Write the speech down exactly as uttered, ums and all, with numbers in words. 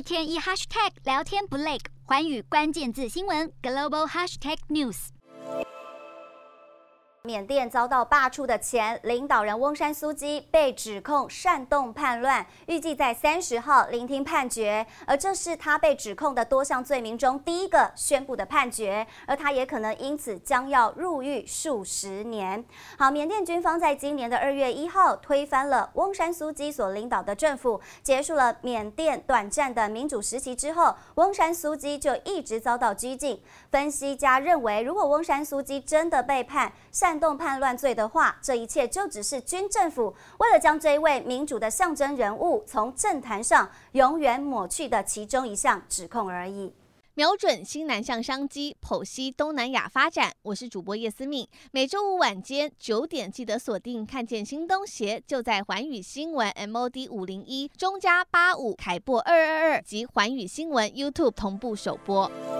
天一 hashtag 聊天不累，寰宇关键字新闻 global hashtag news。 缅甸遭到罢黜的前领导人翁山苏基被指控煽动叛乱，预计在三十号聆听判决，而这是他被指控的多项罪名中第一个宣布的判决，而他也可能因此将要入狱数十年。好，缅甸军方在今年的二月一号推翻了翁山苏基所领导的政府，结束了缅甸短暂的民主时期之后，翁山苏基就一直遭到拘禁。分析家认为，如果翁山苏基真的被判煽动叛乱罪的话，这一切就只是军政府为了将这一位民主的象征人物从政坛上永远抹去的其中一项指控而已。 瞄准新南向商机，剖析东南亚发展。我是主播叶思敏，每周五晚间九点记得锁定，看见新东协就在环宇新闻 M O D 五零一中加八五凯播二二二及环宇新闻 YouTube 同步首播。